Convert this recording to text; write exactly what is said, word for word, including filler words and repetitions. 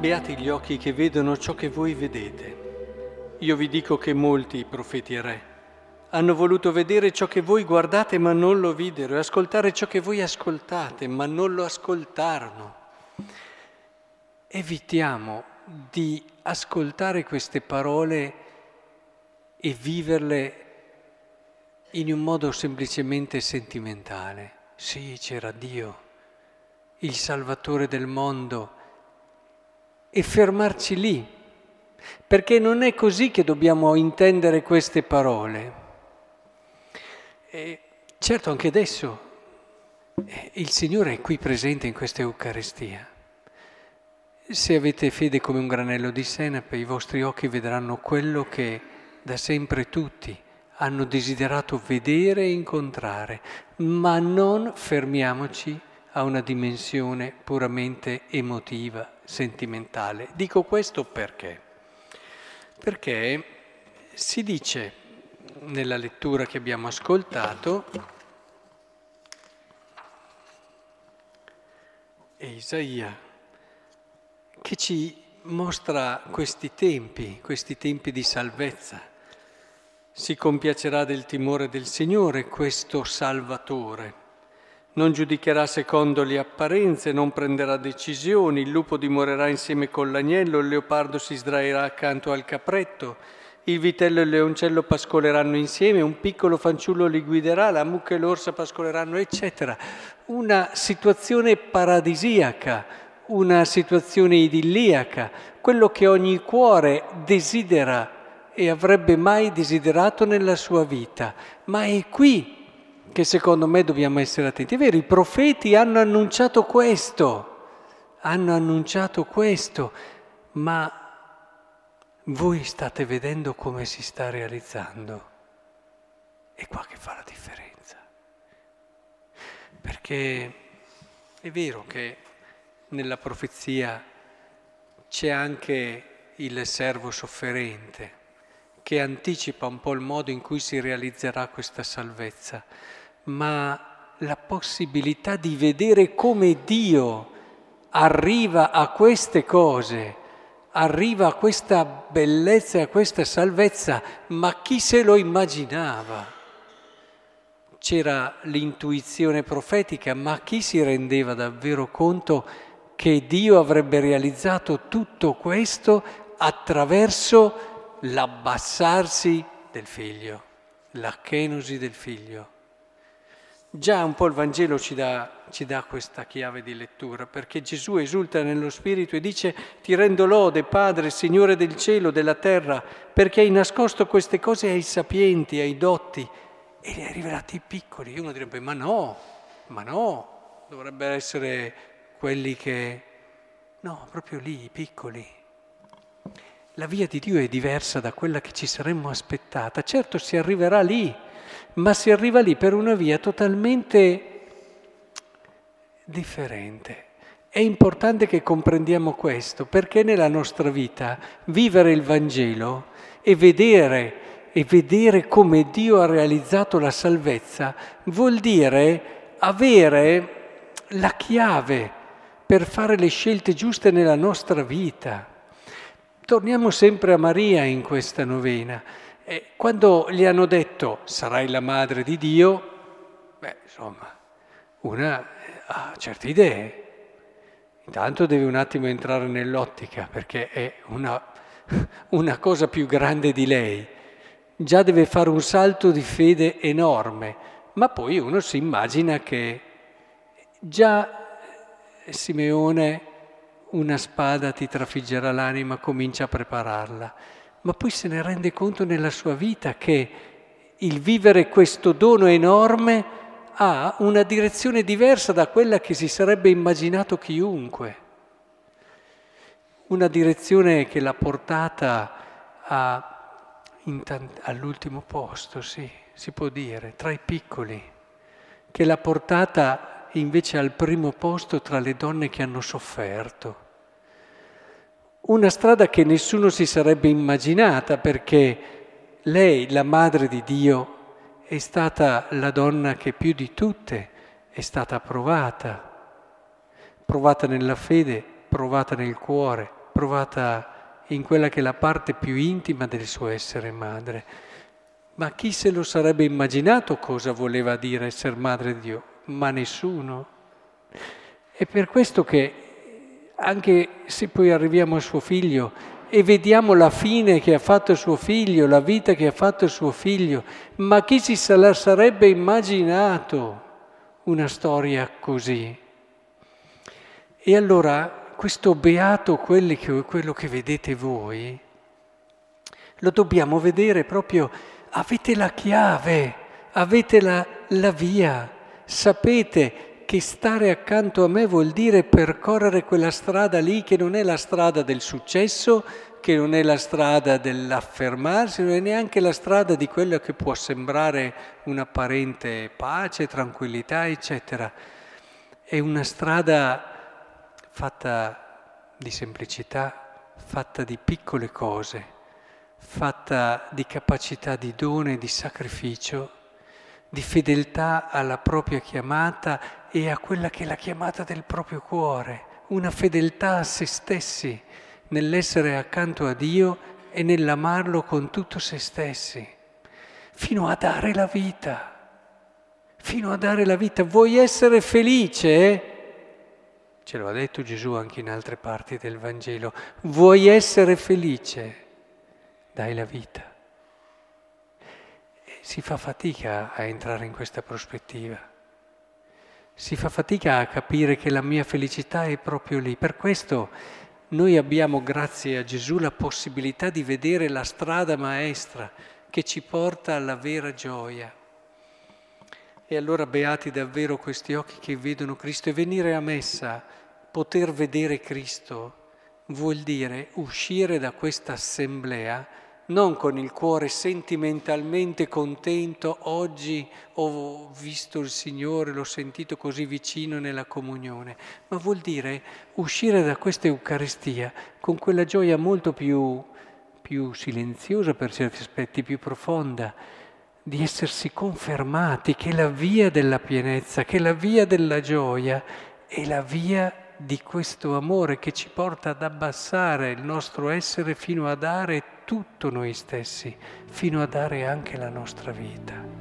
beati gli occhi che vedono ciò che voi vedete. Io vi dico che molti profeti e re hanno voluto vedere ciò che voi guardate ma non lo videro, e ascoltare ciò che voi ascoltate ma non lo ascoltarono. Evitiamo di ascoltare queste parole e viverle in un modo semplicemente sentimentale. Sì, c'era Dio, il Salvatore del mondo, e fermarci lì, perché non è così che dobbiamo intendere queste parole. E certo, anche adesso eh, il Signore è qui presente in questa Eucaristia. Se avete fede come un granello di senape, i vostri occhi vedranno quello che da sempre tutti hanno desiderato vedere e incontrare, ma non fermiamoci a una dimensione puramente emotiva, sentimentale. Dico questo perché? Perché si dice nella lettura che abbiamo ascoltato, e Isaia, che ci mostra questi tempi, questi tempi di salvezza. Si compiacerà del timore del Signore questo Salvatore. Non giudicherà secondo le apparenze, non prenderà decisioni, il lupo dimorerà insieme con l'agnello, il leopardo si sdraierà accanto al capretto, il vitello e il leoncello pascoleranno insieme, un piccolo fanciullo li guiderà, la mucca e l'orsa pascoleranno, eccetera. Una situazione paradisiaca, una situazione idilliaca, quello che ogni cuore desidera e avrebbe mai desiderato nella sua vita. Ma è qui che secondo me dobbiamo essere attenti. È vero, i profeti hanno annunciato questo, hanno annunciato questo, ma voi state vedendo come si sta realizzando. È qua che fa la differenza. Perché è vero che nella profezia c'è anche il servo sofferente che anticipa un po' il modo in cui si realizzerà questa salvezza, ma la possibilità di vedere come Dio arriva a queste cose, arriva a questa bellezza e a questa salvezza, ma chi se lo immaginava? C'era l'intuizione profetica, ma chi si rendeva davvero conto che Dio avrebbe realizzato tutto questo attraverso l'abbassarsi del figlio, la kenosi del figlio? Già un po' il Vangelo ci dà, ci dà questa chiave di lettura, perché Gesù esulta nello Spirito e dice: ti rendo lode, Padre, Signore del cielo, della terra, perché hai nascosto queste cose ai sapienti, ai dotti, e li hai rivelati ai piccoli. E uno direbbe: ma no, ma no, dovrebbero essere quelli che... No, proprio lì, i piccoli. La via di Dio è diversa da quella che ci saremmo aspettata. Certo, si arriverà lì, ma si arriva lì per una via totalmente differente. È importante che comprendiamo questo, perché nella nostra vita vivere il Vangelo e vedere, e vedere come Dio ha realizzato la salvezza vuol dire avere la chiave per fare le scelte giuste nella nostra vita. Torniamo sempre a Maria in questa novena. E quando gli hanno detto sarai la madre di Dio, beh, insomma, una ha certe idee. Intanto deve un attimo entrare nell'ottica, perché è una, una cosa più grande di lei. Già deve fare un salto di fede enorme, ma poi uno si immagina che già Simeone, una spada ti trafiggerà l'anima, comincia a prepararla. Ma poi se ne rende conto nella sua vita che il vivere questo dono enorme ha una direzione diversa da quella che si sarebbe immaginato chiunque. Una direzione che l'ha portata a, in tant- all'ultimo posto, sì, si può dire, tra i piccoli, che l'ha portata invece al primo posto tra le donne che hanno sofferto. Una strada che nessuno si sarebbe immaginata, perché lei, la madre di Dio, è stata la donna che più di tutte è stata provata, provata nella fede, provata nel cuore, provata in quella che è la parte più intima del suo essere madre. Ma chi se lo sarebbe immaginato cosa voleva dire essere madre di Dio? Ma nessuno. È per questo che anche se poi arriviamo a suo figlio e vediamo la fine che ha fatto suo figlio, la vita che ha fatto suo figlio, ma chi si sarebbe immaginato una storia così? E allora questo beato quelli che, quello che vedete voi, lo dobbiamo vedere proprio, avete la chiave, avete la, la via, sapete che stare accanto a me vuol dire percorrere quella strada lì che non è la strada del successo, che non è la strada dell'affermarsi, non è neanche la strada di quello che può sembrare un'apparente pace, tranquillità, eccetera. È una strada fatta di semplicità, fatta di piccole cose, fatta di capacità di dono e di sacrificio, di fedeltà alla propria chiamata e a quella che è la chiamata del proprio cuore, una fedeltà a se stessi, nell'essere accanto a Dio e nell'amarlo con tutto se stessi, fino a dare la vita, fino a dare la vita. Vuoi essere felice? Ce lo ha detto Gesù anche in altre parti del Vangelo. Vuoi essere felice? Dai la vita. E si fa fatica a entrare in questa prospettiva. Si fa fatica a capire che la mia felicità è proprio lì. Per questo noi abbiamo, grazie a Gesù, la possibilità di vedere la strada maestra che ci porta alla vera gioia. E allora beati davvero questi occhi che vedono Cristo. E venire a messa, poter vedere Cristo, vuol dire uscire da questa assemblea non con il cuore sentimentalmente contento, oggi ho visto il Signore, l'ho sentito così vicino nella comunione, ma vuol dire uscire da questa Eucaristia con quella gioia molto più, più silenziosa per certi aspetti, più profonda, di essersi confermati che la via della pienezza, che la via della gioia è la via di questo amore che ci porta ad abbassare il nostro essere fino a dare tutto noi stessi, fino a dare anche la nostra vita.